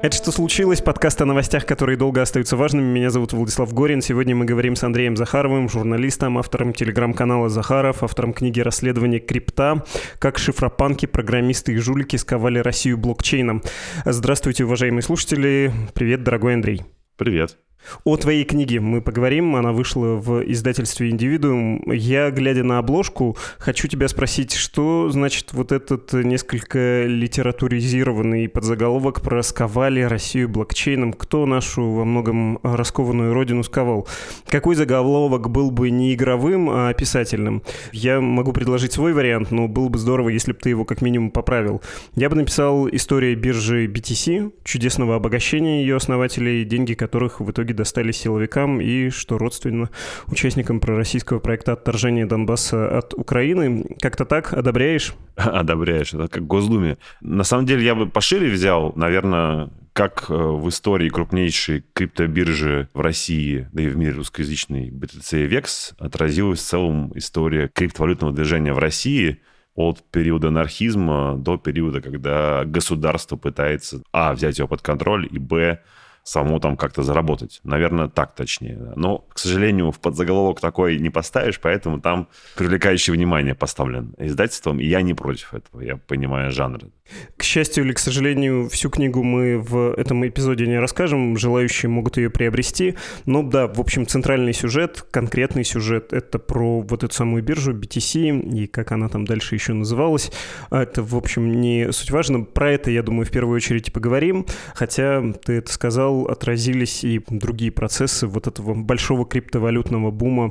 Это «Что случилось?» Подкаст о новостях, которые долго остаются важными. Меня зовут Владислав Горин. Сегодня мы говорим с Андреем Захаровым, журналистом, автором телеграм-канала «Захаров», автором книги «Расследование крипта. Как шифропанки, программисты и жулики сковали Россию блокчейном». Здравствуйте, уважаемые слушатели. Привет, дорогой Андрей. Привет. О твоей книге мы поговорим, она вышла в издательстве «Индивидуум». Я, глядя на обложку, хочу тебя спросить, что значит вот этот несколько литературизированный подзаголовок про «сковали Россию блокчейном»? Кто нашу во многом раскованную родину сковал? Какой заголовок был бы не игровым, а описательным? Я могу предложить свой вариант, но было бы здорово, если бы ты его как минимум поправил. Я бы написал «История биржи BTC», чудесного обогащения ее основателей, деньги которых в итоге достались силовикам и, что родственно, участникам пророссийского проекта отторжения Донбасса от Украины. Как-то так? Одобряешь? Одобряешь. Это как в Госдуме. На самом деле я бы пошире взял, наверное, как в истории крупнейшей криптобиржи в России, да и в мире русскоязычной BTC VEX отразилась в целом история криптовалютного движения в России от периода анархизма до периода, когда государство пытается, взять его под контроль, и, само там как-то заработать. Наверное, так точнее. Но, к сожалению, в подзаголовок такой не поставишь, поэтому там привлекающее внимание поставлен издательством, и я не против этого, я понимаю жанр. К счастью или к сожалению, всю книгу мы в этом эпизоде не расскажем, желающие могут ее приобрести. Но да, в общем, центральный сюжет, конкретный сюжет, это про вот эту самую биржу BTC и как она там дальше еще называлась. Это, в общем, не суть важно. Про это, я думаю, в первую очередь и поговорим. Хотя, ты это сказал, отразились и другие процессы вот этого большого криптовалютного бума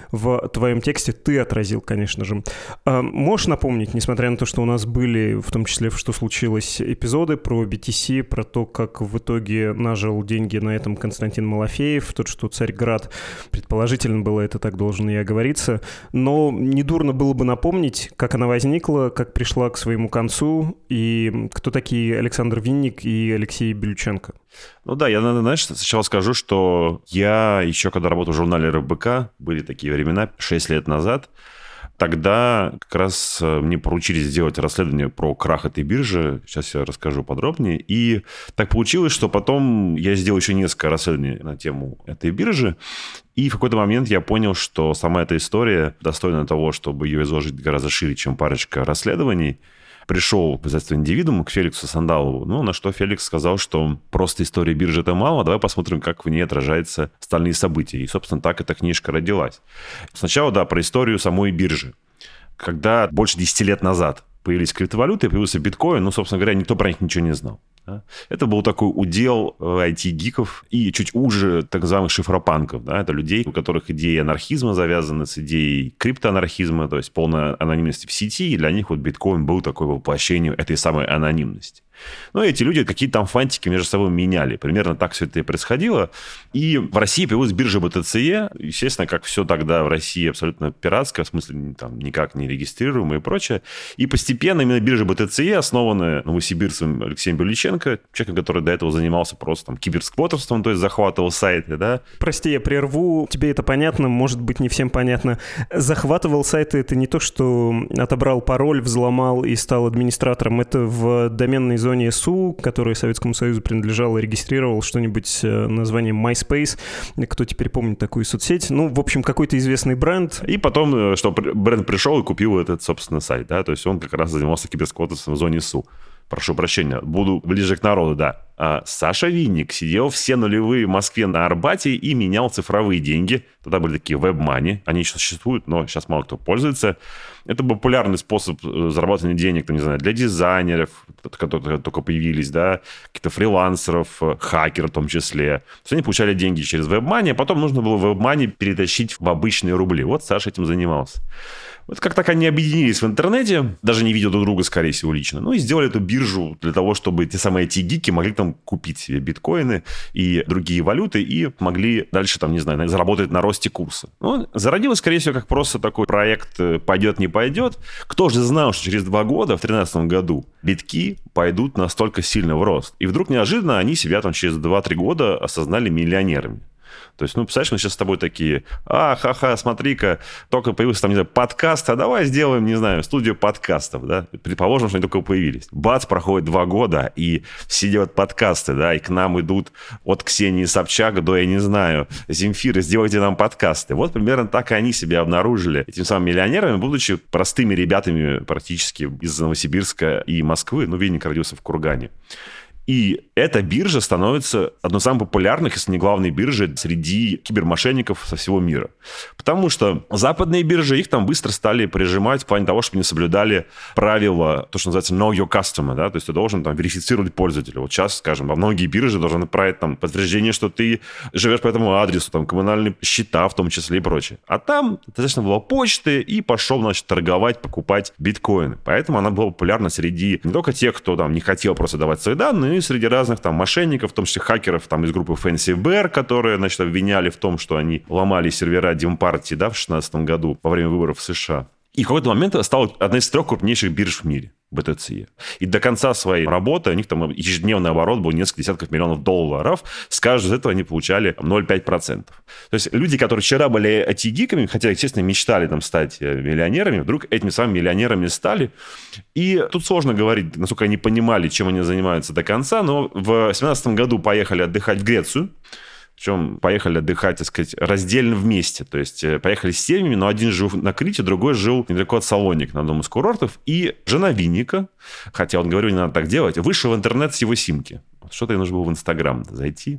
в твоем тексте. Ты отразил, конечно же. Можешь напомнить, несмотря на то, что у нас были, в том числе в «Что случилось?» эпизоды про BTC, про то, как в итоге нажил деньги на этом Константин Малафеев, тот, что Царьград, предположительно было это так должно и оговориться, но недурно было бы напомнить, как она возникла, как пришла к своему концу, и кто такие Александр Винник и Алексей Белюченко. Ну да, я, знаешь, сначала скажу, что я еще когда работал в журнале РБК, были такие времена, 6 лет назад, тогда как раз мне поручили сделать расследование про крах этой биржи. Сейчас я расскажу подробнее. И так получилось, что потом я сделал еще несколько расследований на тему этой биржи. И в какой-то момент я понял, что сама эта история достойна того, чтобы ее изложить гораздо шире, чем парочка расследований. Пришел в издательство «Индивидуум» к Феликсу Сандалову. На что Феликс сказал, что просто история биржи — это мало, давай посмотрим, как в ней отражаются остальные события. И, собственно, так эта книжка родилась. Сначала, про историю самой биржи. Когда больше 10 лет назад появились криптовалюты, появился биткоин, собственно говоря, никто про них ничего не знал. Это был такой удел IT-гиков и чуть уже так называемых шифропанков. Это людей, у которых идея анархизма завязана с идеей криптоанархизма, то есть полной анонимности в сети, и для них вот биткоин был такое воплощение этой самой анонимности. Эти люди какие-то там фантики между собой меняли. Примерно так все это и происходило. И в России появилась биржа BTC. Естественно, как все тогда в России абсолютно пиратское, в смысле там никак не регистрируемое и прочее. И постепенно именно биржа BTC, основанная новосибирцем Алексеем Белюченко, человеком, который до этого занимался просто там киберсквотерством, то есть захватывал сайты, да. Прости, я прерву. Тебе это понятно, может быть, не всем понятно. Захватывал сайты — это не то, что отобрал пароль, взломал и стал администратором. Это в доменной зоне СУ, которая Советскому Союзу принадлежала, регистрировал что-нибудь с названием MySpace. Кто теперь помнит такую соцсеть? В общем, какой-то известный бренд. И потом, что бренд пришел и купил этот, собственно, сайт, да, то есть он как раз занимался киберсквотерством в зоне СУ. Прошу прощения, буду ближе к народу, да. Саша Винник сидел все нулевые в Москве на Арбате и менял цифровые деньги. Тогда были такие WebMoney. Они еще существуют, но сейчас мало кто пользуется. Это популярный способ зарабатывания денег, для дизайнеров, которые только появились, да, каких-то фрилансеров, хакеров в том числе. То есть они получали деньги через WebMoney, а потом нужно было WebMoney перетащить в обычные рубли. Вот Саша этим занимался. Вот как так они объединились в интернете, даже не видя друг друга, скорее всего, лично. И сделали эту биржу для того, чтобы те самые IT-гики могли там купить себе биткоины и другие валюты и могли дальше, заработать на росте курса. Зародилось, скорее всего, как просто такой проект «пойдет, не пойдет». Кто же знал, что через 2 года, в 2013 году, битки пойдут настолько сильно в рост. И вдруг неожиданно они себя через 2-3 года осознали миллионерами. То есть, представляешь, мы сейчас с тобой такие, ха-ха, смотри-ка, только появился там, не знаю, подкаст, а давай сделаем, не знаю, студию подкастов, да? Предположим, что они только появились. Бац, проходит 2 года, и все делают подкасты, да, и к нам идут от Ксении Собчак до, я не знаю, Земфиры, сделайте нам подкасты. Вот примерно так и они себя обнаружили этими самыми миллионерами, будучи простыми ребятами практически из Новосибирска и Москвы. Винник родился в Кургане. И эта биржа становится одной из самых популярных, если не главной биржей среди кибермошенников со всего мира. Потому что западные биржи, их там быстро стали прижимать в плане того, чтобы они соблюдали правила, то, что называется know your customer, да, то есть ты должен там верифицировать пользователя. Вот сейчас, скажем, во многие биржи должны отправить там подтверждение, что ты живешь по этому адресу, там коммунальные счета в том числе и прочее. А там достаточно было почты, и пошел, значит, торговать, покупать биткоины. Поэтому она была популярна среди не только тех, кто там не хотел просто давать свои данные, и среди разных там мошенников, в том числе хакеров там из группы Fancy Bear, которые, значит, обвиняли в том, что они ломали сервера Демпартии, да, в 2016 году во время выборов в США. И в какой-то момент это стала одна из 3 крупнейших бирж в мире, BTC. И до конца своей работы у них там ежедневный оборот был несколько десятков миллионов долларов. С каждого из этого они получали 0,5%. То есть люди, которые вчера были IT-гиками, хотя, естественно, мечтали там стать миллионерами, вдруг этими самыми миллионерами стали. И тут сложно говорить, насколько они понимали, чем они занимаются до конца. Но в 2017 году поехали отдыхать в Грецию. Причем поехали отдыхать, так сказать, раздельно вместе. То есть поехали с семьями, но один жил на Крите, другой жил недалеко от Салоника, на одном из курортов. И жена Винника, хотя он говорил, не надо так делать, вышла в интернет с его симки. Что-то ей нужно было в Инстаграм зайти.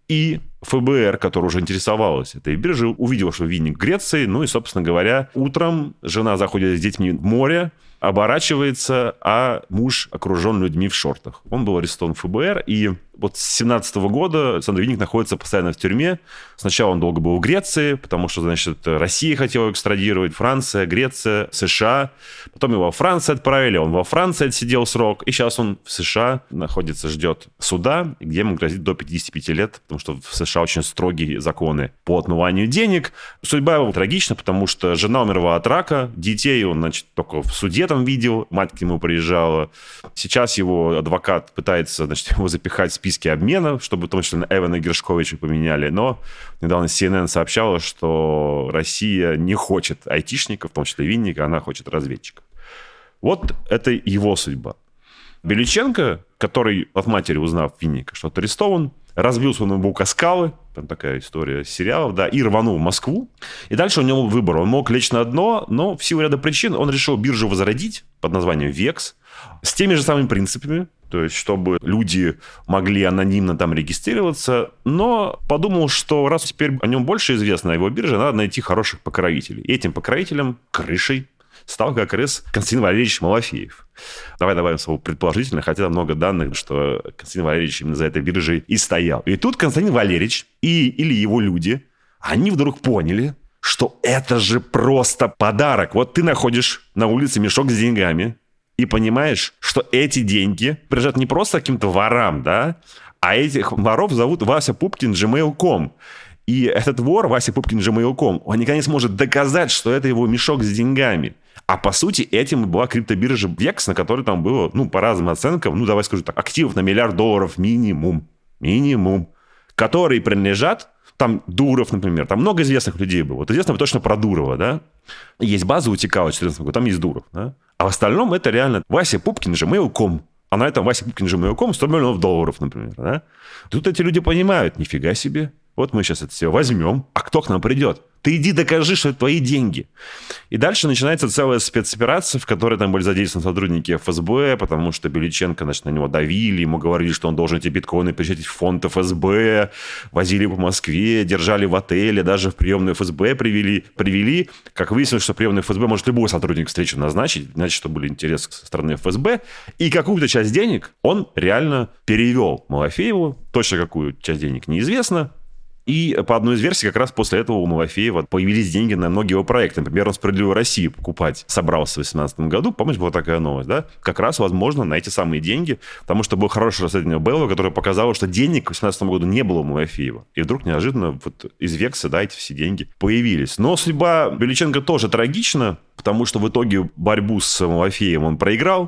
И ФБР, который уже интересовалась этой биржей, увидел, что Винник в Греции. И, собственно говоря, утром жена заходит с детьми в море, оборачивается, а муж окружен людьми в шортах. Он был арестован ФБР, и вот с 2017 года Александр Винник находится постоянно в тюрьме. Сначала он долго был в Греции, потому что, значит, Россия хотела его экстрадировать, Франция, Греция, США. Потом его во Францию отправили, он во Франции отсидел срок, и сейчас он в США находится, ждет суда, где ему грозит до 55 лет, потому что в США очень строгие законы по отмыванию денег. Судьба его трагична, потому что жена умерла от рака, детей он, значит, только в суде там видел, мать к нему приезжала. Сейчас его адвокат пытается, значит, его запихать в списки обмена, чтобы в том числе на Эвана Гершковича поменяли, но недавно CNN сообщала, что Россия не хочет айтишников, в том числе Винника, она хочет разведчиков. Вот это его судьба. Беличенко, который от матери, узнав Винника, что арестован, разбил свой ноутбук о скалы, там такая история сериалов, да, и рванул в Москву. И дальше у него был выбор. Он мог лечь на дно, но в силу ряда причин он решил биржу возродить под названием VEX с теми же самыми принципами, то есть чтобы люди могли анонимно там регистрироваться, но подумал, что раз теперь о нем больше известно, о его бирже, надо найти хороших покровителей. И этим покровителем, крышей, стал как раз Константин Валерьевич Малафеев. Давай добавим слово предположительно, хотя там много данных, что Константин Валерьевич именно за этой биржей и стоял. И тут Константин Валерьевич или его люди, они вдруг поняли, что это же просто подарок. Вот ты находишь на улице мешок с деньгами и понимаешь, что эти деньги принадлежат не просто каким-то ворам, да, а этих воров зовут Вася Пупкин gmail.com. И этот вор, Вася Пупкин gmail.com, он никогда не сможет доказать, что это его мешок с деньгами. А по сути этим была криптобиржа VEX, на которой там было, по разным оценкам, давай скажу так, активов на $1 миллиард минимум, которые принадлежат, там Дуров, например, там много известных людей было. Вот известно точно про Дурова, да? Есть база утекала в 2014 году, там есть Дуров, да? А в остальном это реально Вася Пупкин gmail.com. А на этом Вася Пупкин gmail.com $100 миллионов, например, да? Тут эти люди понимают, нифига себе. Вот мы сейчас это все возьмем, а кто к нам придет? Ты иди докажи, что это твои деньги. И дальше начинается целая спецоперация, в которой там были задействованы сотрудники ФСБ, потому что Беличенко, значит, на него давили, ему говорили, что он должен эти биткоины перечислить в фонд ФСБ, возили по Москве, держали в отеле, даже в приемную ФСБ привели. Как выяснилось, что приемную ФСБ может любой сотрудник встречу назначить, значит, что были интересы со стороны ФСБ. И какую-то часть денег он реально перевел Малафееву, точно какую часть денег неизвестно. И по одной из версий, как раз после этого у Малафеева появились деньги на многие его проекты. Например, он «Справедливую Россию» покупать собрался в 2018 году. Помнишь, была такая новость, да? Как раз, возможно, на эти самые деньги, потому что было хорошее расследование Беллова, которое показало, что денег в 2018 году не было у Малафеева. И вдруг неожиданно вот из Векса, да, эти все деньги появились. Но судьба Беличенко тоже трагична, потому что в итоге борьбу с Малафеевым он проиграл.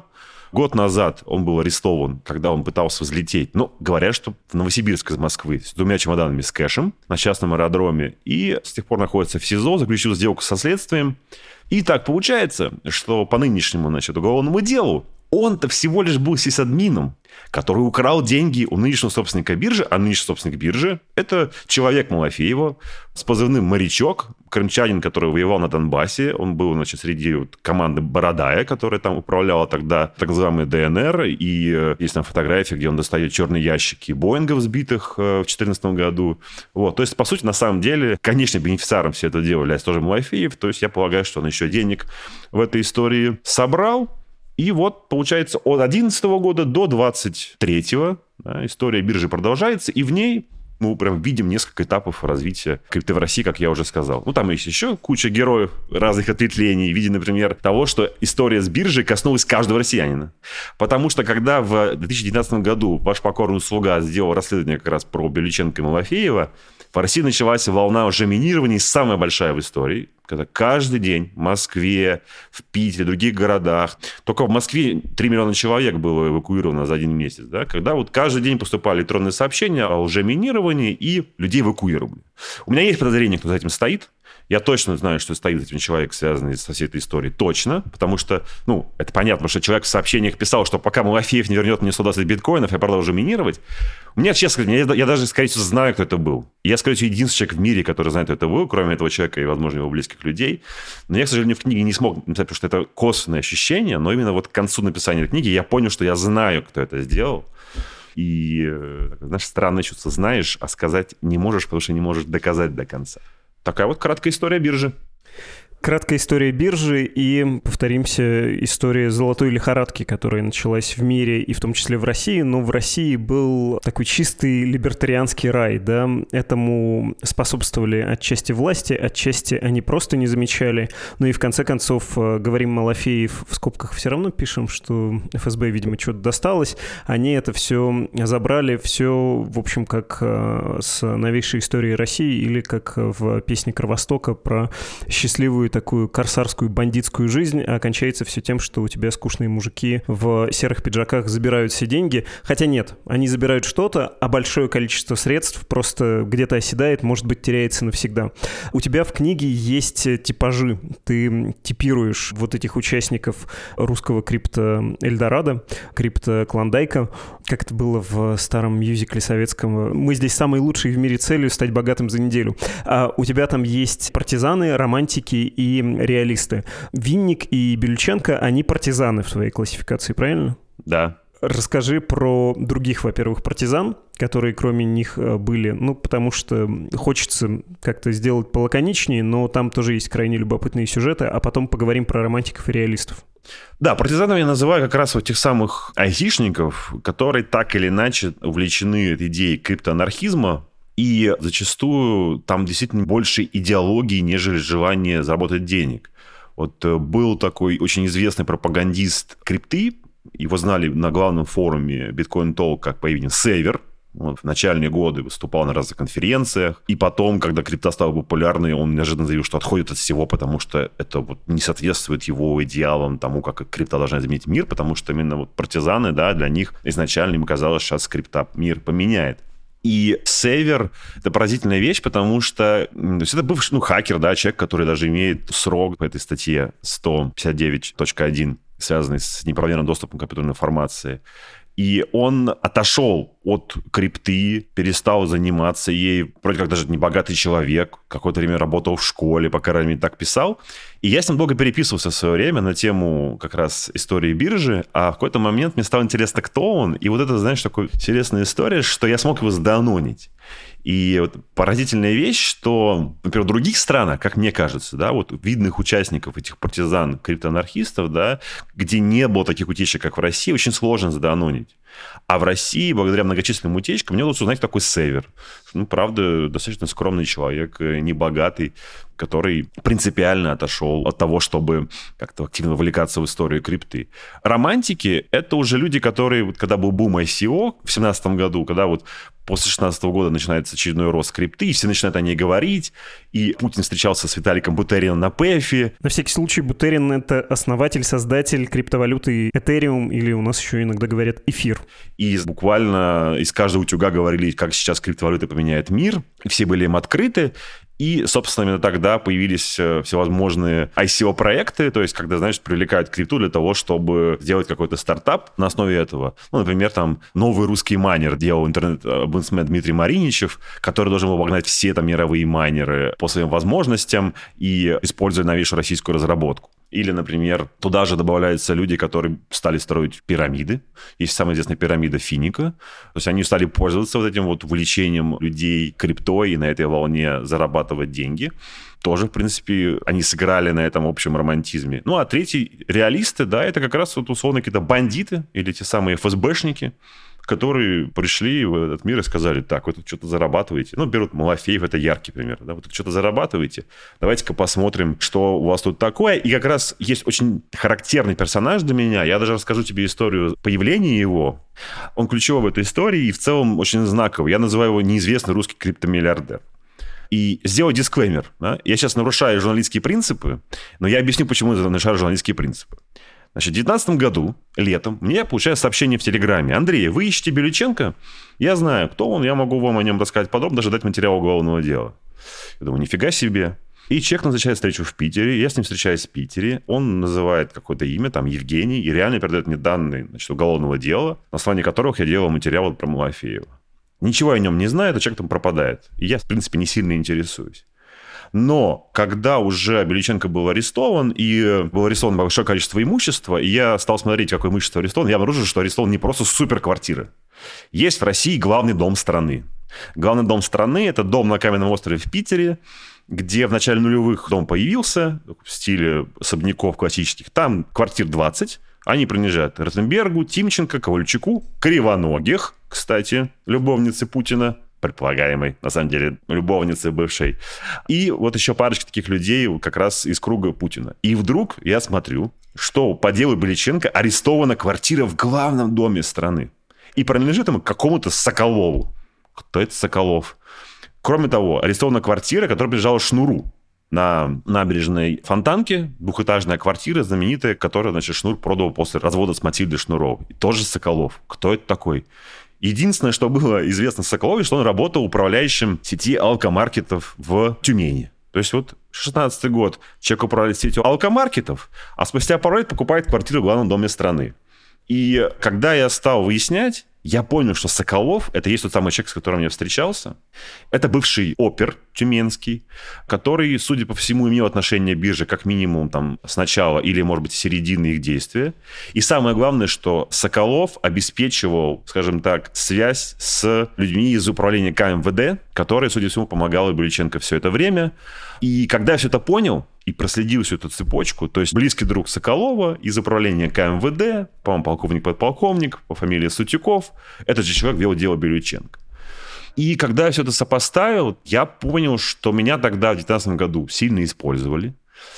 Год назад он был арестован, когда он пытался взлететь. Ну, говорят, что в Новосибирск из Москвы с 2 чемоданами с кэшем на частном аэродроме. И с тех пор находится в СИЗО, заключил сделку со следствием. И так получается, что по нынешнему, уголовному делу он-то всего лишь был сисадмином, который украл деньги у нынешнего собственника биржи, а нынешний собственник биржи – это человек Малафеева с позывным «Морячок», крымчанин, который воевал на Донбассе. Он был, среди команды Бородая, которая там управляла тогда так называемой ДНР. И есть там фотографии, где он достает черные ящики Боингов, сбитых в 2014 году. Вот. То есть, по сути, на самом деле, конечно, бенефициаром все это дело является тоже Малафеев. То есть, я полагаю, что он еще денег в этой истории собрал. И вот, получается, от 2011 года до 2023 история биржи продолжается, и в ней мы прям видим несколько этапов развития крипты в России, как я уже сказал. Ну, там есть еще куча героев разных ответвлений в виде, например, того, что история с биржей коснулась каждого россиянина. Потому что, когда в 2019 году ваш покорный слуга сделал расследование как раз про Беличенко и Малафеева, в России началась волна уже минирования, самая большая в истории, когда каждый день в Москве, в Питере, в других городах, только в Москве 3 миллиона человек было эвакуировано за один месяц, да, когда вот каждый день поступали электронные сообщения о лжеминировании, и людей эвакуировали. У меня есть подозрение, кто за этим стоит. Я точно знаю, что стоит за этим человек, связанный со всей этой историей. Точно. Потому что, это понятно, потому что человек в сообщениях писал, что пока Малафеев не вернет мне 120 биткоинов, я продолжу минировать. У меня, честно говоря, я даже, скорее всего, знаю, кто это был. И я, скорее всего, единственный человек в мире, который знает, кто это был, кроме этого человека и, возможно, его близких людей. Но я, к сожалению, в книге не смог написать, потому что это косвенное ощущение, но именно вот к концу написания книги я понял, что я знаю, кто это сделал. И, знаешь, странное чувство, знаешь, а сказать не можешь, потому что не можешь доказать до конца. Такая вот краткая история биржи. Краткая история биржи и, повторимся, история золотой лихорадки, которая началась в мире и в том числе в России, но в России был такой чистый либертарианский рай, да, этому способствовали отчасти власти, отчасти они просто не замечали, но и в конце концов, говорим Малафеев, в скобках все равно пишем, что ФСБ, видимо, что-то досталось, они это все забрали, все, в общем, как с новейшей историей России или как в песне Кровостока про счастливую такую корсарскую бандитскую жизнь, а кончается все тем, что у тебя скучные мужики в серых пиджаках забирают все деньги. Хотя нет, они забирают что-то, а большое количество средств просто где-то оседает, может быть, теряется навсегда. У тебя в книге есть типажи. Ты типируешь вот этих участников русского крипто Эльдорадо, крипто Клондайка, как это было в старом мюзикле советском. Мы здесь самые лучшие в мире целью стать богатым за неделю. А у тебя там есть партизаны, романтики и реалисты. Винник и Беличенко, они партизаны в твоей классификации, правильно? Да. Расскажи про других, во-первых, партизан, которые кроме них были, потому что хочется как-то сделать полаконичнее, но там тоже есть крайне любопытные сюжеты, а потом поговорим про романтиков и реалистов. Да, партизанами я называю как раз вот тех самых айтишников, которые так или иначе увлечены идеей криптоанархизма, и зачастую там действительно больше идеологии, нежели желание заработать денег. Вот был такой очень известный пропагандист крипты, его знали на главном форуме Bitcoin Talk как по имени Север. Он в начальные годы выступал на разных конференциях. И потом, когда крипта стала популярной, он неожиданно заявил, что отходит от всего, потому что это вот не соответствует его идеалам, тому, как крипта должна изменить мир, потому что именно вот партизаны, да, для них изначально им казалось, что сейчас крипта мир поменяет. И Север – это поразительная вещь, потому что это бывший хакер, да, человек, который даже имеет срок по этой статье 159.1, связанный с неправомерным доступом к компьютерной информации. И он отошел от крипты, перестал заниматься ей. Вроде как даже небогатый человек. Какое-то время работал в школе, по крайней мере, так писал. И я с ним долго переписывался в свое время на тему как раз истории биржи. А в какой-то момент мне стало интересно, кто он. И вот это, знаешь, такая интересная история, что я смог его сданонить. И вот поразительная вещь, что, например, в других странах, как мне кажется, да, вот видных участников этих партизан, криптоанархистов, да, где не было таких утечек, как в России, очень сложно заданонить. А в России, благодаря многочисленным утечкам, мне удалось узнать, кто такой Север, правда, достаточно скромный человек, небогатый, который принципиально отошел от того, чтобы как-то активно вовлекаться в историю крипты. Романтики — это уже люди, которые, когда был бум ICO в 2017 году, когда после 2016 года начинается очередной рост крипты, и все начинают о ней говорить, и Путин встречался с Виталиком Бутерином на ПЭФе. На всякий случай, Бутерин — это основатель, создатель криптовалюты Ethereum, или у нас еще иногда говорят эфир. И буквально из каждого утюга говорили, как сейчас криптовалюта поменяет мир, и все были им открыты. И, собственно, именно тогда появились всевозможные ICO-проекты, то есть, когда, привлекают крипту для того, чтобы сделать какой-то стартап на основе этого. Например, там новый русский майнер делал интернет-обонсмен Дмитрий Мариничев, который должен был обогнать все мировые майнеры по своим возможностям и используя новейшую российскую разработку. Или, например, туда же добавляются люди, которые стали строить пирамиды. Есть самая известная пирамида Финика. То есть они стали пользоваться этим увлечением людей криптой и на этой волне зарабатывать деньги. Тоже, в принципе, они сыграли на этом общем романтизме. А третий, реалисты, да, это как раз условно какие-то бандиты или те самые ФСБшники, которые пришли в этот мир и сказали: так, вы тут что-то зарабатываете. Берут Малафеев, это яркий пример. Да, вы тут что-то зарабатываете. Давайте-ка посмотрим, что у вас тут такое. И как раз есть очень характерный персонаж для меня. Я даже расскажу тебе историю появления его. Он ключевой в этой истории и в целом очень знаковый. Я называю его неизвестный русский криптомиллиардер. И сделаю дисклеймер. Да? Я сейчас нарушаю журналистские принципы, но я объясню, почему я нарушаю журналистские принципы. В 2019 году, летом, мне получают сообщение в Телеграме: Андрей, вы ищете Беличенко? Я знаю, кто он, я могу вам о нем рассказать подробно, даже дать материал уголовного дела. Я думаю, нифига себе. И человек назначает встречу в Питере, я с ним встречаюсь в Питере, он называет какое-то имя, Евгений, и реально передает мне данные уголовного дела, на основании которых я делал материал про Малафеева. Ничего о нем не знаю, этот человек там пропадает. И я, в принципе, не сильно интересуюсь. Но когда уже Беличенко был арестован, и было арестовано большое количество имущества, и я стал смотреть, какое имущество арестовано, я обнаружил, что арестован не просто суперквартира. Есть в России главный дом страны. Главный дом страны – это дом на Каменном острове в Питере, где в начале нулевых дом появился, в стиле особняков классических. Там квартир 20. Они принадлежат Ротенбергу, Тимченко, Ковальчуку, Кривоногих, кстати, любовнице Путина, предполагаемой, на самом деле, любовницы бывшей. И еще парочка таких людей как раз из круга Путина. И вдруг я смотрю, что по делу Беличенко арестована квартира в главном доме страны. И принадлежит ему какому-то Соколову. Кто это Соколов? Кроме того, арестована квартира, которая принадлежала Шнуру. На набережной Фонтанке двухэтажная квартира знаменитая, которую, Шнур продал после развода с Матильдой Шнуровой. И тоже Соколов. Кто это такой? Единственное, что было известно Соколове, что он работал управляющим сети алкомаркетов в Тюмени. То есть 16-й год человек управляет сетью алкомаркетов, а спустя пару лет покупает квартиру в главном доме страны. И когда я стал выяснять, я понял, что Соколов – это есть тот самый человек, с которым я встречался. Это бывший опер тюменский, который, судя по всему, имел отношение к бирже как минимум с начала или, может быть, с середины их действия. И самое главное, что Соколов обеспечивал, скажем так, связь с людьми из управления КМВД, которые, судя по всему, помогали Беличенко все это время. И когда я все это понял и проследил всю эту цепочку, то есть близкий друг Соколова из управления КМВД, по-моему, полковник-подполковник по фамилии Сутюков, этот же человек вел дело Беличенко. И когда я все это сопоставил, я понял, что меня тогда в 2019 году сильно использовали.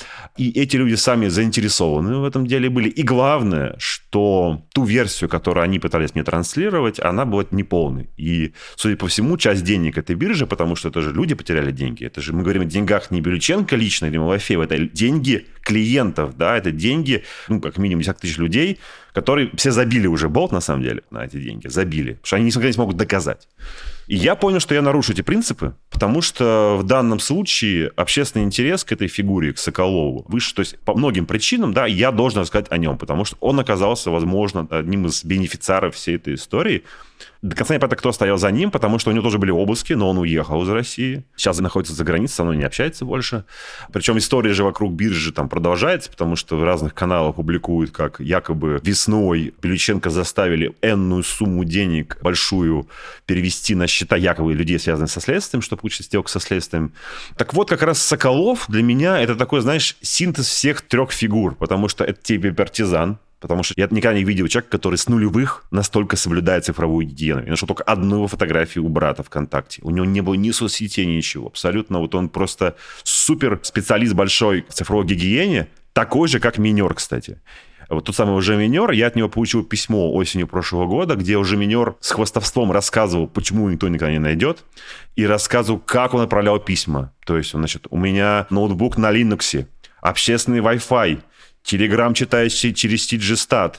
И эти люди сами заинтересованы в этом деле были. И главное, что ту версию, которую они пытались мне транслировать, она была неполной. И, судя по всему, часть денег этой биржи, потому что это же люди потеряли деньги. Это же мы говорим о деньгах не Беличенко лично или Малафеева, это деньги клиентов, да, это деньги, как минимум 10 тысяч людей, которые все забили уже болт, на самом деле, на эти деньги. Забили. Потому что они никогда не смогут доказать. И я понял, что я нарушу эти принципы, потому что в данном случае общественный интерес к этой фигуре, к Соколову, выше. То есть по многим причинам, да, я должен рассказать о нем, потому что он оказался, возможно, одним из бенефициаров всей этой истории. До конца не понятно, кто стоял за ним, потому что у него тоже были обыски, но он уехал из России. Сейчас находится за границей, со мной не общается больше. Причем история же вокруг биржи продолжается, потому что в разных каналах публикуют, как якобы весной Беличенко заставили энную сумму денег большую перевести на счета якобы людей, связанных со следствием, чтобы получить сделку со следствием. Так вот, как раз Соколов для меня это такой, синтез всех трех фигур, потому что это тебе партизан, Потому что я никогда не видел человека, который с нулевых настолько соблюдает цифровую гигиену. Я нашел только одну его фотографию у брата ВКонтакте. У него не было ни соцсетей, ничего. Абсолютно. Вот он просто супер специалист большой в цифровой гигиене, такой же, как минер, кстати. Вот тот самый уже минер, я от него получил письмо осенью прошлого года, где уже минер с хвастовством рассказывал, почему никто никогда не найдет, и рассказывал, как он отправлял письма. То есть, значит, у меня ноутбук на Linux, общественный Wi-Fi, Telegram, читающий через TGStat,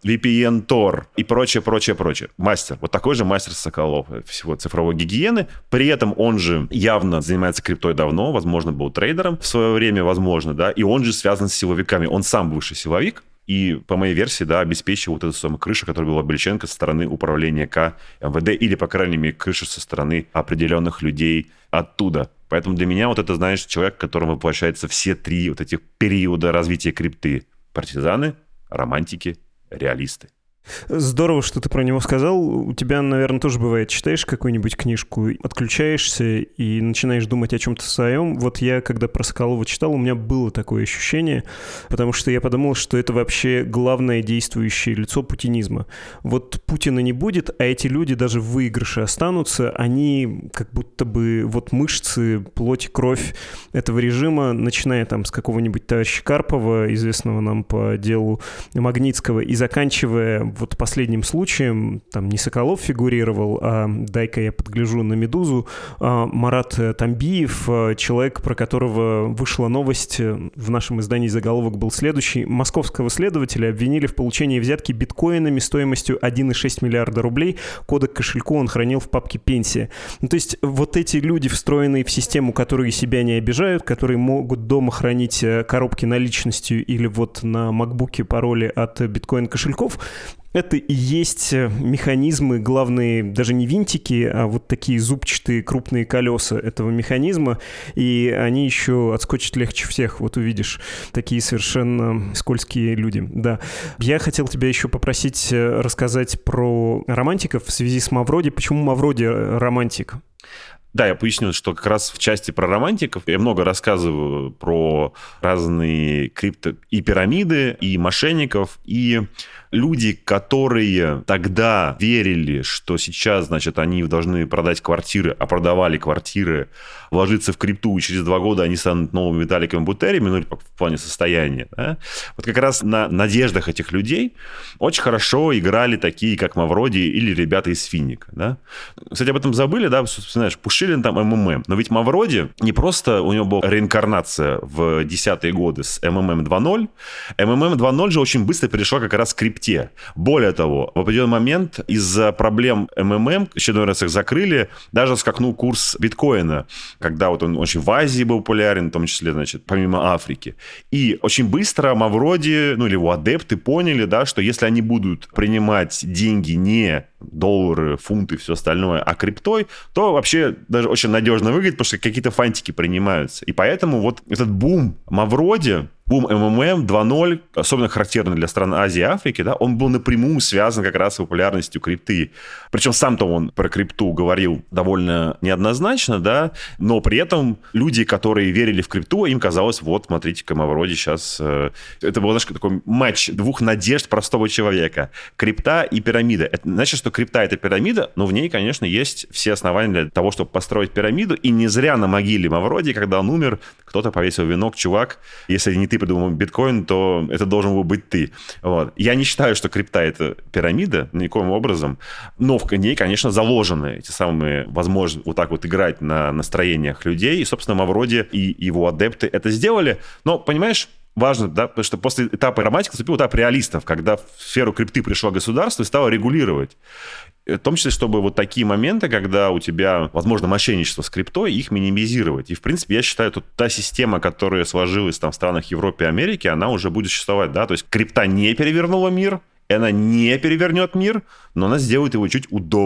VPN Tor и прочее. Мастер. Вот такой же мастер Соколов всего цифровой гигиены. При этом он же явно занимается криптой давно, возможно, был трейдером в свое время, возможно, да, и он же связан с силовиками. Он сам бывший силовик, и, по моей версии, да, обеспечил вот эту самую крышу, которая была Беличенко со стороны управления К МВД, или, по крайней мере, крыша со стороны определенных людей оттуда. Поэтому для меня вот это, знаешь, человек, которому воплощаются все три вот этих периода развития крипты. Партизаны, романтики, реалисты. Здорово, что ты про него сказал. У тебя, наверное, тоже бывает, читаешь какую-нибудь книжку, отключаешься и начинаешь думать о чем-то своем. Вот я, когда про Соколова читал, у меня было такое ощущение, потому что я подумал, что это вообще главное действующее лицо путинизма. Вот Путина не будет, а эти люди даже в выигрыше останутся. Они как будто бы вот мышцы, плоть, кровь этого режима, начиная там с какого-нибудь товарища Карпова, известного нам по делу Магнитского, и заканчивая вот последним случаем, там не Соколов фигурировал, а дай-ка я подгляжу на «Медузу», Марат Тамбиев, человек, про которого вышла новость, в нашем издании заголовок был следующий: московского следователя обвинили в получении взятки биткоинами стоимостью 1,6 миллиарда рублей, кодек к кошельку он хранил в папке «Пенсия». Ну, то есть вот эти люди, встроенные в систему, которые себя не обижают, которые могут дома хранить коробки наличностью или вот на макбуке пароли от биткоин-кошельков, это и есть механизмы, главные даже не винтики, а вот такие зубчатые крупные колеса этого механизма, и они еще отскочат легче всех, вот увидишь, такие совершенно скользкие люди. Да. Я хотел тебя еще попросить рассказать про романтиков в связи с Мавроди. Почему Мавроди романтик? Да, я поясню, что как раз в части про романтиков я много рассказываю про разные крипто и пирамиды, и мошенников, и люди, которые тогда верили, что сейчас, значит, они должны продать квартиры, а продавали квартиры, вложиться в крипту, и через 2 года они станут новыми Виталиком Бутерями, ну, в плане состояния. Да? Вот как раз на надеждах этих людей очень хорошо играли такие, как Мавроди или ребята из Финика. Да? Кстати, об этом забыли, да, знаешь, Пушилин там МММ. Но ведь Мавроди не просто, у него была реинкарнация в 10-е годы с МММ 2.0. МММ 2.0 же очень быстро перешла как раз к крипте. Более того, в определенный момент из-за проблем МММ, очередной раз их закрыли, даже скакнул курс биткоина, когда вот он очень в Азии был популярен, в том числе, значит, помимо Африки. И очень быстро Мавроди, ну или его адепты поняли, да, что если они будут принимать деньги не доллары, фунты и все остальное, а криптой, то вообще даже очень надежно выглядит, потому что какие-то фантики принимаются. И поэтому вот этот бум Мавроди, бум МММ 2.0, особенно характерный для стран Азии и Африки, да, он был напрямую связан как раз с популярностью крипты. Причем сам-то он про крипту говорил довольно неоднозначно, да, но при этом люди, которые верили в крипту, им казалось, вот, смотрите-ка, Мавроди сейчас... Это был, знаешь, такой матч 2 надежд простого человека. Крипта и пирамида. Это значит, что крипта — это пирамида, но в ней, конечно, есть все основания для того, чтобы построить пирамиду. И не зря на могиле Мавроди, когда он умер, кто-то повесил венок: чувак, если не ты придумал биткоин, то это должен был быть ты. Вот. Я не считаю, что крипта — это пирамида никоим образом, но в ней, конечно, заложены эти самые возможности вот так вот играть на настроениях людей. И, собственно, Мавроди и его адепты это сделали. Но, понимаешь, важно, да, потому что после этапа романтики наступил этап реалистов, когда в сферу крипты пришло государство и стало регулировать. В том числе, чтобы вот такие моменты, когда у тебя, возможно, мошенничество с криптой, их минимизировать. И, в принципе, я считаю, что та система, которая сложилась там в странах Европы и Америки, она уже будет существовать, да, то есть крипта не перевернула мир, и она не перевернет мир, но она сделает его чуть удобней.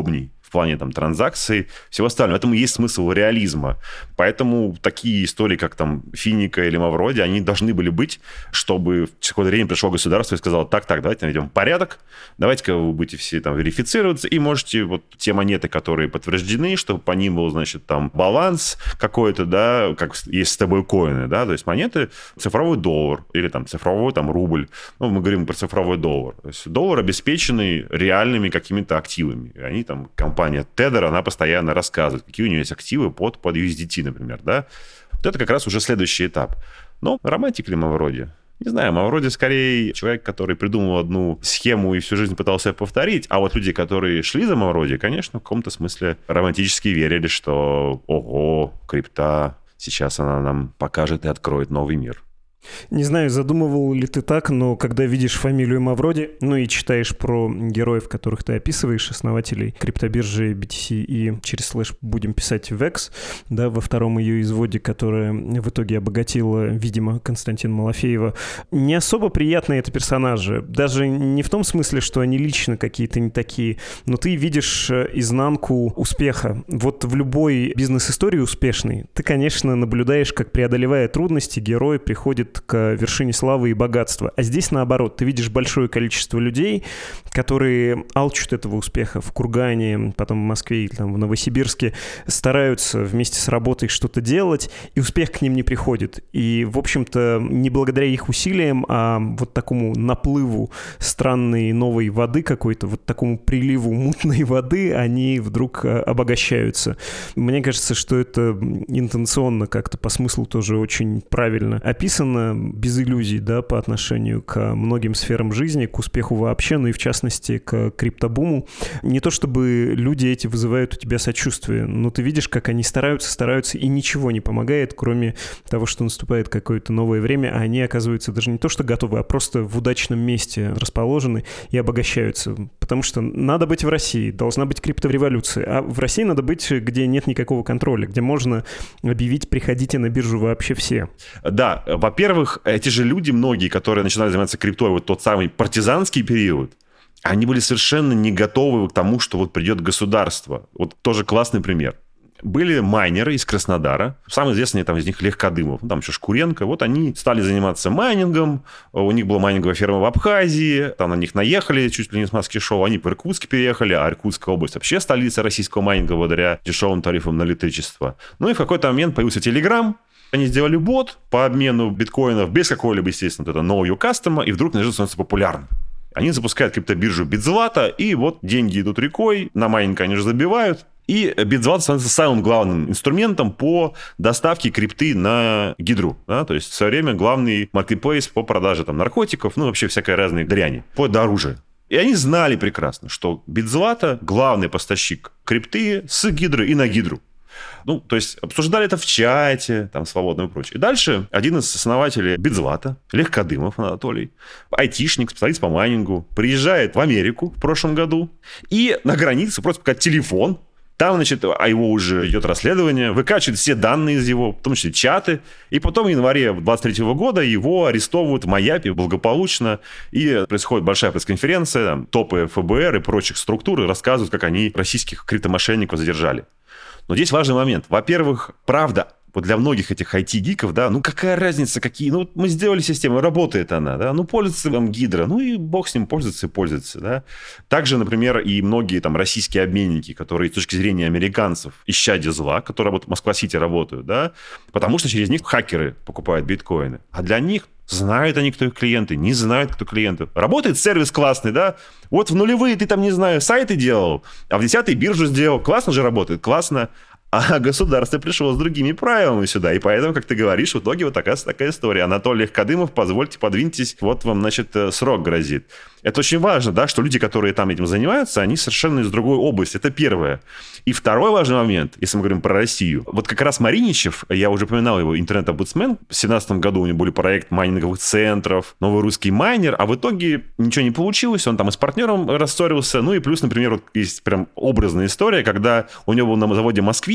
в плане там транзакций, всего остального. В этом и есть смысл реализма. Поэтому такие истории, как там Финика или Мавроди, они должны были быть, чтобы в какое-то время пришло государство и сказало: так, давайте наведем порядок, давайте-ка вы будете все там верифицироваться, и можете вот те монеты, которые подтверждены, чтобы по ним был, значит, там баланс какой-то, да, как есть стейблкоины, да, то есть монеты, цифровой доллар или там цифровой там рубль. Ну, мы говорим про цифровой доллар. То есть доллар обеспеченный реальными какими-то активами. И они там, компания Tether, она постоянно рассказывает, какие у нее есть активы под USDT, например, да. Вот это как раз уже следующий этап. Но романтик ли Мавроди? Не знаю, Мавроди скорее человек, который придумал одну схему и всю жизнь пытался повторить, а вот люди, которые шли за Мавроди, конечно, в каком-то смысле романтически верили, что ого, крипта, сейчас она нам покажет и откроет новый мир. Не знаю, задумывал ли ты так, но когда видишь фамилию Мавроди, ну и читаешь про героев, которых ты описываешь, основателей криптобиржи BTC и через слэш будем писать VEX, да, во втором ее изводе, которая в итоге обогатила, видимо, Константина Малафеева, не особо приятные это персонажи. Даже не в том смысле, что они лично какие-то не такие, но ты видишь изнанку успеха. Вот в любой бизнес-истории успешной ты, конечно, наблюдаешь, как, преодолевая трудности, герой приходит к вершине славы и богатства. А здесь наоборот. Ты видишь большое количество людей, которые алчут этого успеха в Кургане, потом в Москве или там в Новосибирске, стараются вместе с работой что-то делать, и успех к ним не приходит. И, в общем-то, не благодаря их усилиям, а вот такому наплыву странной новой воды какой-то, вот такому приливу мутной воды, они вдруг обогащаются. Мне кажется, что это интенционно как-то по смыслу тоже очень правильно описано, без иллюзий, да, по отношению к многим сферам жизни, к успеху вообще, ну и в частности к криптобуму. Не то чтобы люди эти вызывают у тебя сочувствие, но ты видишь, как они стараются, и ничего не помогает, кроме того, что наступает какое-то новое время, а они оказываются даже не то что готовы, а просто в удачном месте расположены и обогащаются. Потому что надо быть в России, должна быть криптореволюция, а в России надо быть, где нет никакого контроля, где можно объявить: приходите на биржу вообще все. Да, во-первых, эти же люди, многие, которые начинали заниматься криптой, вот тот самый партизанский период, они были совершенно не готовы к тому, что вот придет государство. Вот тоже классный пример. Были майнеры из Краснодара, самый известный там из них Лех Кадымов, там еще Шкуренко. Вот они стали заниматься майнингом, у них была майнинговая ферма в Абхазии, там на них наехали чуть ли не с Маски-шоу, они в Иркутск переехали, а Иркутская область вообще столица российского майнинга благодаря дешевым тарифам на электричество. Ну и в какой-то момент появился Telegram. Они сделали бот по обмену биткоинов без какого-либо, естественно, это know your customer, и вдруг неожиданно становится популярным. Они запускают криптобиржу BitZlata, и вот деньги идут рекой, на майнинг они же забивают, и BitZlata становится самым главным инструментом по доставке крипты на гидру. Да? То есть в свое время главный маркетплейс по продаже там, наркотиков, ну вообще всякой разной дряни, вплоть до оружия. И они знали прекрасно, что BitZlata главный поставщик крипты с гидры и на гидру. Ну, то есть обсуждали это в чате, там, свободно и прочее. И дальше один из основателей BitZlata, Лех Кадымов Анатолий, айтишник, специалист по майнингу, приезжает в Америку в прошлом году и на границе просит показать телефон. Там, значит, а его уже идет расследование, выкачивают все данные из его, в том числе чаты, и потом в январе 2023 года его арестовывают в Майами благополучно, и происходит большая пресс-конференция, там, топы ФБР и прочих структур рассказывают, как они российских криптомошенников задержали. Но здесь важный момент. Во-первых, правда, вот для многих этих IT-гиков, да, ну какая разница, какие... Ну вот мы сделали систему, работает она, да, ну пользуется вам гидро, ну и бог с ним пользуется и пользуется, да. Также, например, и многие там российские обменники, которые с точки зрения американцев исчадие зла, которые вот в Москва-Сити работают, да, потому что через них хакеры покупают биткоины. А для них знают они, кто их клиенты, не знают, кто клиенты. Работает сервис классный, да? Вот в нулевые ты там, не знаю, сайты делал, а в десятые биржу сделал. Классно же работает, классно. А государство пришло с другими правилами сюда. И поэтому, как ты говоришь, в итоге вот такая история. Анатолий Кадымов, позвольте, подвиньтесь, вот вам, значит, срок грозит. Это очень важно, да, что люди, которые там этим занимаются, они совершенно из другой области. Это первое. И второй важный момент, если мы говорим про Россию. Вот как раз Мариничев, я уже упоминал его, интернет-омбудсмен, в 2017 году у него был проект майнинговых центров, новый русский майнер, а в итоге ничего не получилось, он там и с партнером рассорился. Ну и плюс, например, вот есть прям образная история, когда у него был на заводе «Москвич»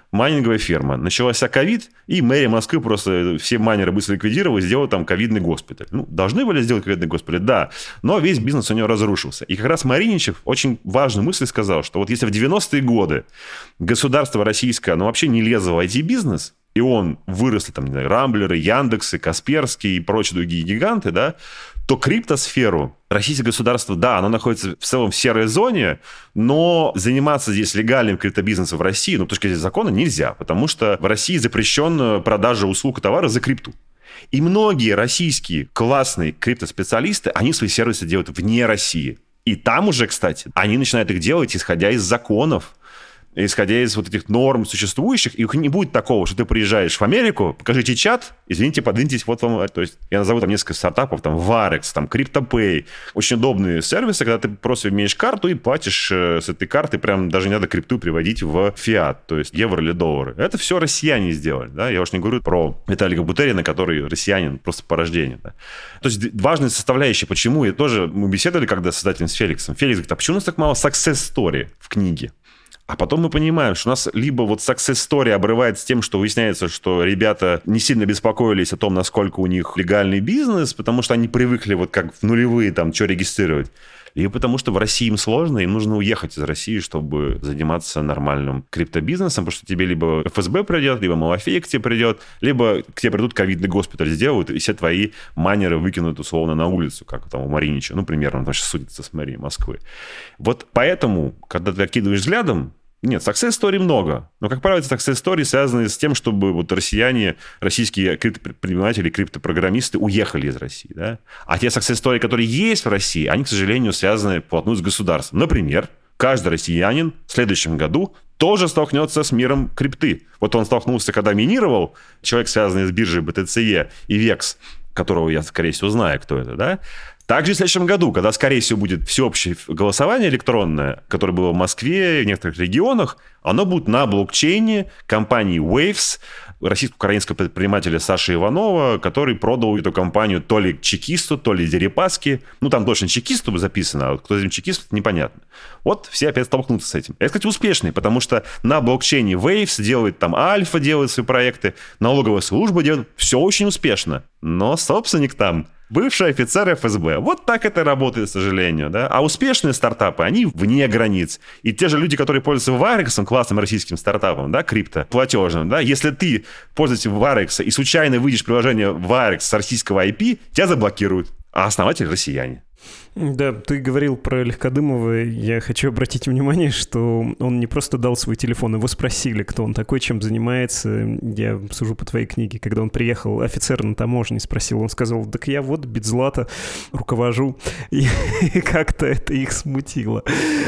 майнинговая ферма. Начался ковид, и мэрия Москвы просто все майнеры быстро ликвидировала и сделала там ковидный госпиталь. Ну, должны были сделать ковидный госпиталь? Да. Но весь бизнес у него разрушился. И как раз Мариничев очень важную мысль сказал, что вот если в 90-е годы государство российское, оно вообще не лезло в IT-бизнес, и он выросли, там, не знаю, Рамблеры, Яндексы, Касперские и прочие другие гиганты, да, то криптосферу российское государство, да, оно находится в целом в серой зоне, но заниматься здесь легальным криптобизнесом в России, ну, потому что здесь закона нельзя, потому что в России запрещена продажа услуг и товаров за крипту. И многие российские классные криптоспециалисты, они свои сервисы делают вне России. И там уже, кстати, они начинают их делать, исходя из законов, исходя из вот этих норм существующих, и не будет такого, что ты приезжаешь в Америку, покажите чат, извините, подвиньтесь, вот вам, то есть я назову там несколько стартапов, там Varex, там CryptoPay, очень удобные сервисы, когда ты просто имеешь карту и платишь с этой карты, прям даже не надо крипту приводить в фиат, то есть евро или доллары. Это все россияне сделали, да, я уж не говорю про Виталия Бутерина, который россиянин просто по рождению, да. То есть важная составляющая, почему, и тоже мы беседовали когда с создателем, с Феликсом. Феликс говорит, а почему у нас так мало success story в книге? А потом мы понимаем, что у нас либо вот success story обрывается с тем, что выясняется, что ребята не сильно беспокоились о том, насколько у них легальный бизнес, потому что они привыкли вот как в нулевые там что регистрировать. Либо потому что в России им сложно, им нужно уехать из России, чтобы заниматься нормальным криптобизнесом, потому что тебе либо ФСБ придет, либо Малафей к тебе придет, либо к тебе придут ковидный госпиталь сделают, и все твои майнеры выкинут условно на улицу, как там у Маринича, ну, примерно, потому что судится с мэрией Москвы. Вот поэтому, когда ты окидываешь взглядом, нет, success story много. Но, как правило, success story связаны с тем, чтобы вот россияне, российские криптопредприниматели, криптопрограммисты уехали из России. Да? А те success story, которые есть в России, они, к сожалению, связаны вплотную с государством. Например, каждый россиянин в следующем году тоже столкнется с миром крипты. Вот он столкнулся, когда минировал, человек, связанный с биржей BTCE и VEX, которого я, скорее всего, знаю, кто это, да? Также в следующем году, когда, скорее всего, будет всеобщее голосование электронное, которое было в Москве и в некоторых регионах, оно будет на блокчейне компании Waves, российско-украинского предпринимателя Саши Иванова, который продал эту компанию то ли чекисту, то ли Дерипаске. Ну, там точно чекисту записано, а вот кто из них чекист, непонятно. Вот все опять столкнутся с этим. Это, кстати, успешный, потому что на блокчейне Waves делает, там Альфа делает свои проекты, налоговая служба делает, все очень успешно. Но собственник там бывший офицер ФСБ. Вот так это работает, к сожалению. Да? А успешные стартапы, они вне границ. И те же люди, которые пользуются Varex, классным российским стартапом, да, крипто, платежным, да, если ты пользуешься Varex и случайно выйдешь в приложение Varex с российского IP, тебя заблокируют. А основатель россияне. Да, ты говорил про Легкодымова. Я хочу обратить внимание, что он не просто дал свой телефон, его спросили, кто он такой, чем занимается. Я сужу по твоей книге. Когда он приехал, офицер на таможне спросил, он сказал, так я вот Битзлата руковожу. И как-то это их смутило.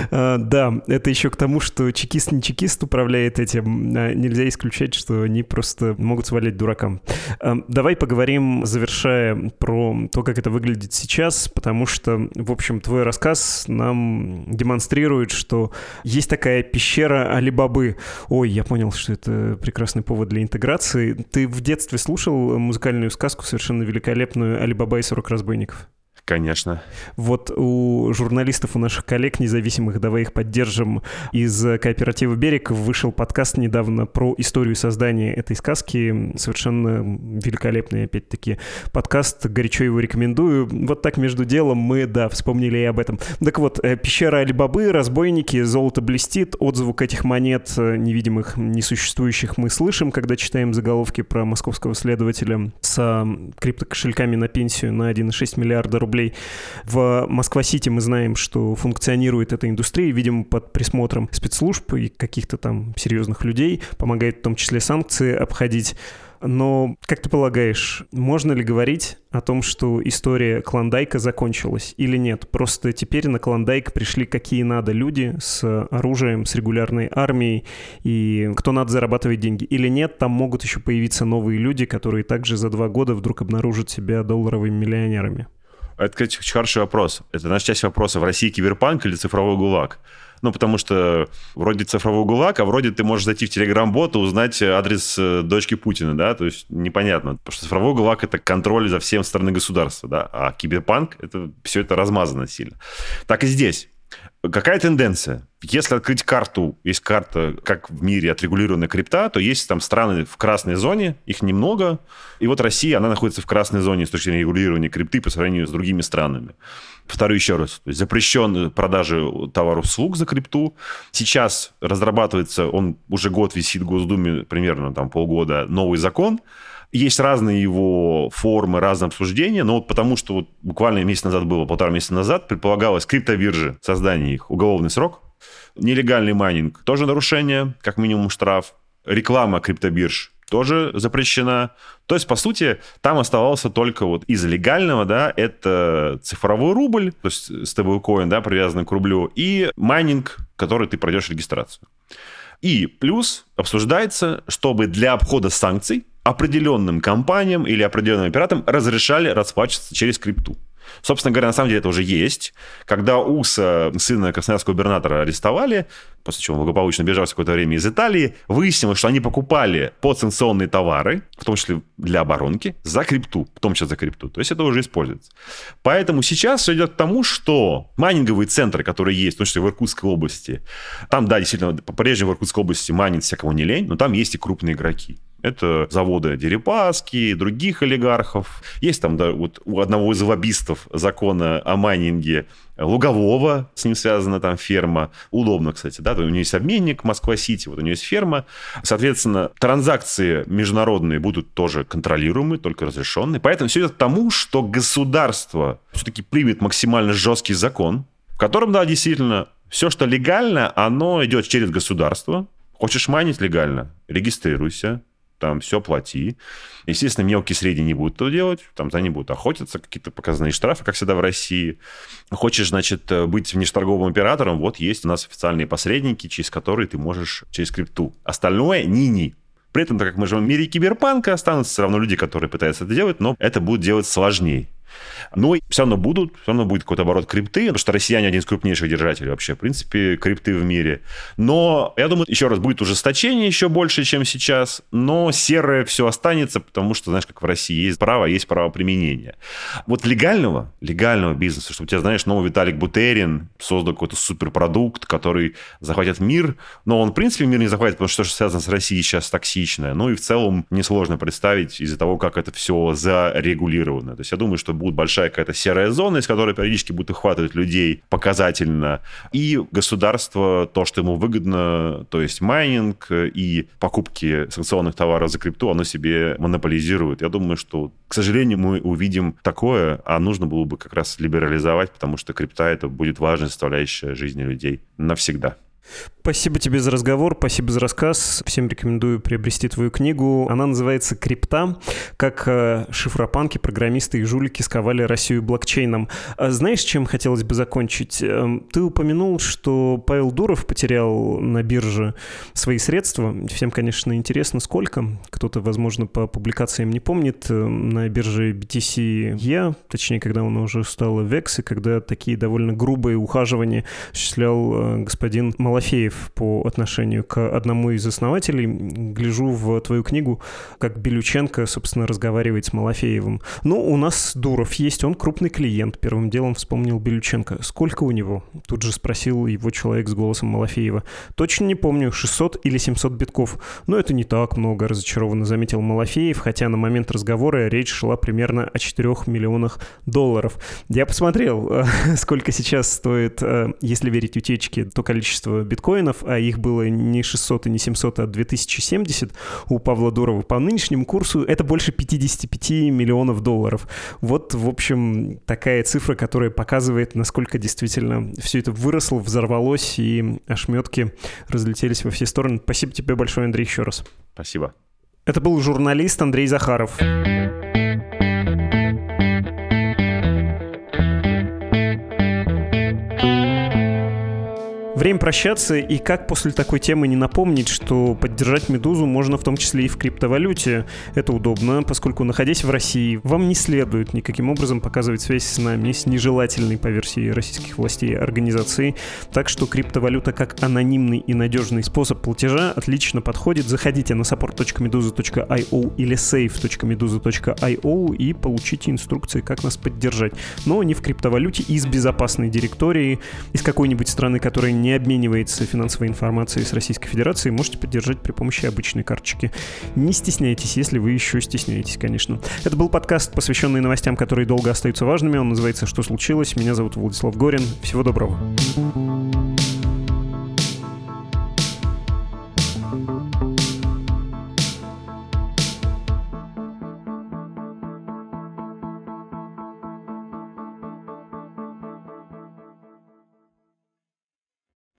Да, это еще к тому, что чекист не чекист управляет этим. Нельзя исключать, что они просто могут свалять дуракам. Давай поговорим, завершая, про то, как это выглядит сейчас, потому что, в общем, твой рассказ нам демонстрирует, что есть такая пещера Али-Бабы. Ой, я понял, что это прекрасный повод для интеграции. Ты в детстве слушал музыкальную сказку совершенно великолепную «Али-Баба и 40 разбойников»? Конечно. Вот у журналистов, у наших коллег независимых, давай их поддержим, из кооператива «Берег» вышел подкаст недавно про историю создания этой сказки. Совершенно великолепный, опять-таки, подкаст. Горячо его рекомендую. Вот так между делом мы, да, вспомнили и об этом. Так вот, пещера Али-Бабы, разбойники, золото блестит. Отзвук этих монет, невидимых, несуществующих, мы слышим, когда читаем заголовки про московского следователя с криптокошельками на пенсию на 1,6 миллиарда рублей. В Москва-Сити мы знаем, что функционирует эта индустрия, видимо, под присмотром спецслужб и каких-то там серьезных людей, помогает в том числе санкции обходить. Но, как ты полагаешь, можно ли говорить о том, что история Клондайка закончилась или нет? Просто теперь на Клондайк пришли какие надо люди с оружием, с регулярной армией, и кто надо зарабатывать деньги. Или нет, там могут еще появиться новые люди, которые также за 2 года вдруг обнаружат себя долларовыми миллионерами. Это, кстати, очень хороший вопрос. Это наша часть вопроса. В России киберпанк или цифровой ГУЛАГ? Ну, потому что вроде цифровой ГУЛАГ, а вроде ты можешь зайти в Телеграм-бот и узнать адрес дочки Путина, да? То есть непонятно. Потому что цифровой ГУЛАГ – это контроль за всем стороны государства, да? А киберпанк – это все это размазано сильно. Так и здесь. Какая тенденция? Если открыть карту, есть карта, как в мире отрегулированная крипта, то есть там страны в красной зоне, их немного. И вот Россия, она находится в красной зоне с точки зрения регулирования крипты по сравнению с другими странами. Повторю еще раз. То есть запрещен продажи товаров-услуг за крипту. Сейчас разрабатывается, он уже год висит в Госдуме, примерно там полгода, новый закон. Есть разные его формы, разные обсуждения, но вот потому что вот буквально месяц назад было, 1,5 месяца назад, предполагалось криптобиржи, создание их, уголовный срок. Нелегальный майнинг – тоже нарушение, как минимум штраф. Реклама криптобирж тоже запрещена. То есть, по сути, там оставался только вот из легального, да, это цифровой рубль, то есть стейблкоин, да, привязанный к рублю, и майнинг, который ты пройдешь регистрацию. И плюс обсуждается, чтобы для обхода санкций определенным компаниям или определенным операторам разрешали расплачиваться через крипту. Собственно говоря, на самом деле это уже есть. Когда Уса, сына красноярского губернатора, арестовали, после чего он благополучно бежал какое-то время из Италии, выяснилось, что они покупали подсанкционные товары, в том числе для оборонки, за крипту, в том числе за крипту. То есть это уже используется. Поэтому сейчас все идет к тому, что майнинговые центры, которые есть, в том числе в Иркутской области, там, да, действительно, по-прежнему в Иркутской области майнить всякого не лень, но там есть и крупные игроки. Это заводы Дерипаски, других олигархов. Есть там, да, вот у одного из лоббистов закона о майнинге Лугового, с ним связана там ферма. Удобно, кстати, да, у него есть обменник Москва-Сити, вот у него есть ферма. Соответственно, транзакции международные будут тоже контролируемые, только разрешенные. Поэтому все идет к тому, что государство все-таки примет максимально жесткий закон, в котором, да, действительно, все, что легально, оно идет через государство. Хочешь майнить легально? Регистрируйся. Там все плати. Естественно, мелкие и средние не будут это делать. Там за ними будут охотиться, какие-то показные штрафы, как всегда в России. Хочешь, значит, быть внешторговым оператором, вот есть у нас официальные посредники, через которые ты можешь через крипту. Остальное ни-ни. При этом, так как мы живем в мире киберпанка, останутся все равно люди, которые пытаются это делать, но это будет делать сложнее. Но все равно будет какой-то оборот крипты, потому что россияне один из крупнейших держателей вообще, в принципе, крипты в мире. Но, я думаю, еще раз, будет ужесточение еще больше, чем сейчас, но серое все останется, потому что, знаешь, как в России есть право применения. Вот легального бизнеса, что у тебя, знаешь, новый Виталик Бутерин создал какой-то суперпродукт, который захватит мир, но он, в принципе, мир не захватит, потому что связано с Россией сейчас токсичное. Ну и в целом несложно представить из-за того, как это все зарегулировано. То есть я думаю, что будет большая какая-то серая зона, из которой периодически будут выхватывать людей показательно. И государство, то, что ему выгодно, то есть майнинг и покупки санкционных товаров за крипту, оно себе монополизирует. Я думаю, что, к сожалению, мы увидим такое, а нужно было бы как раз либерализовать, потому что крипта — это будет важная составляющая жизни людей навсегда. Спасибо тебе за разговор, спасибо за рассказ. Всем рекомендую приобрести твою книгу. Она называется «Крипта. Как шифропанки, программисты и жулики сковали Россию блокчейном». Знаешь, чем хотелось бы закончить? Ты упомянул, что Павел Дуров потерял на бирже свои средства. Всем, конечно, интересно, сколько. Кто-то, возможно, по публикациям не помнит. На бирже BTC-E, точнее, когда он уже стал VEX, и когда такие довольно грубые ухаживания осуществлял господин Малафеев по отношению к одному из основателей. Гляжу в твою книгу, как Белюченко, собственно, разговаривает с Малафеевым. Ну, у нас Дуров есть, он крупный клиент. Первым делом вспомнил Белюченко. Сколько у него? Тут же спросил его человек с голосом Малафеева. Точно не помню, 600 или 700 битков. Но это не так много, разочарованно заметил Малафеев, хотя на момент разговора речь шла примерно о 4 миллионах долларов. Я посмотрел, сколько сейчас стоит, если верить утечке, то количество биткоинов, а их было не 600 и не 700, а 2070 у Павла Дурова. По нынешнему курсу это больше 55 миллионов долларов. Вот, в общем, такая цифра, которая показывает, насколько действительно все это выросло, взорвалось, и ошметки разлетелись во все стороны. Спасибо тебе большое, Андрей, еще раз. Спасибо. Это был журналист Андрей Захаров. Время прощаться, и как после такой темы не напомнить, что поддержать «Медузу» можно в том числе и в криптовалюте. Это удобно, поскольку, находясь в России, вам не следует никаким образом показывать связь с нами, с нежелательной по версии российских властей организацией. Так что криптовалюта как анонимный и надежный способ платежа отлично подходит. Заходите на support.meduza.io или save.meduza.io и получите инструкции, как нас поддержать. Но не в криптовалюте, из безопасной директории, из какой-нибудь страны, которая не обменивается финансовой информацией с Российской Федерацией, можете поддержать при помощи обычной карточки. Не стесняйтесь, если вы еще стесняетесь, конечно. Это был подкаст, посвященный новостям, которые долго остаются важными. Он называется «Что случилось?». Меня зовут Владислав Горин. Всего доброго.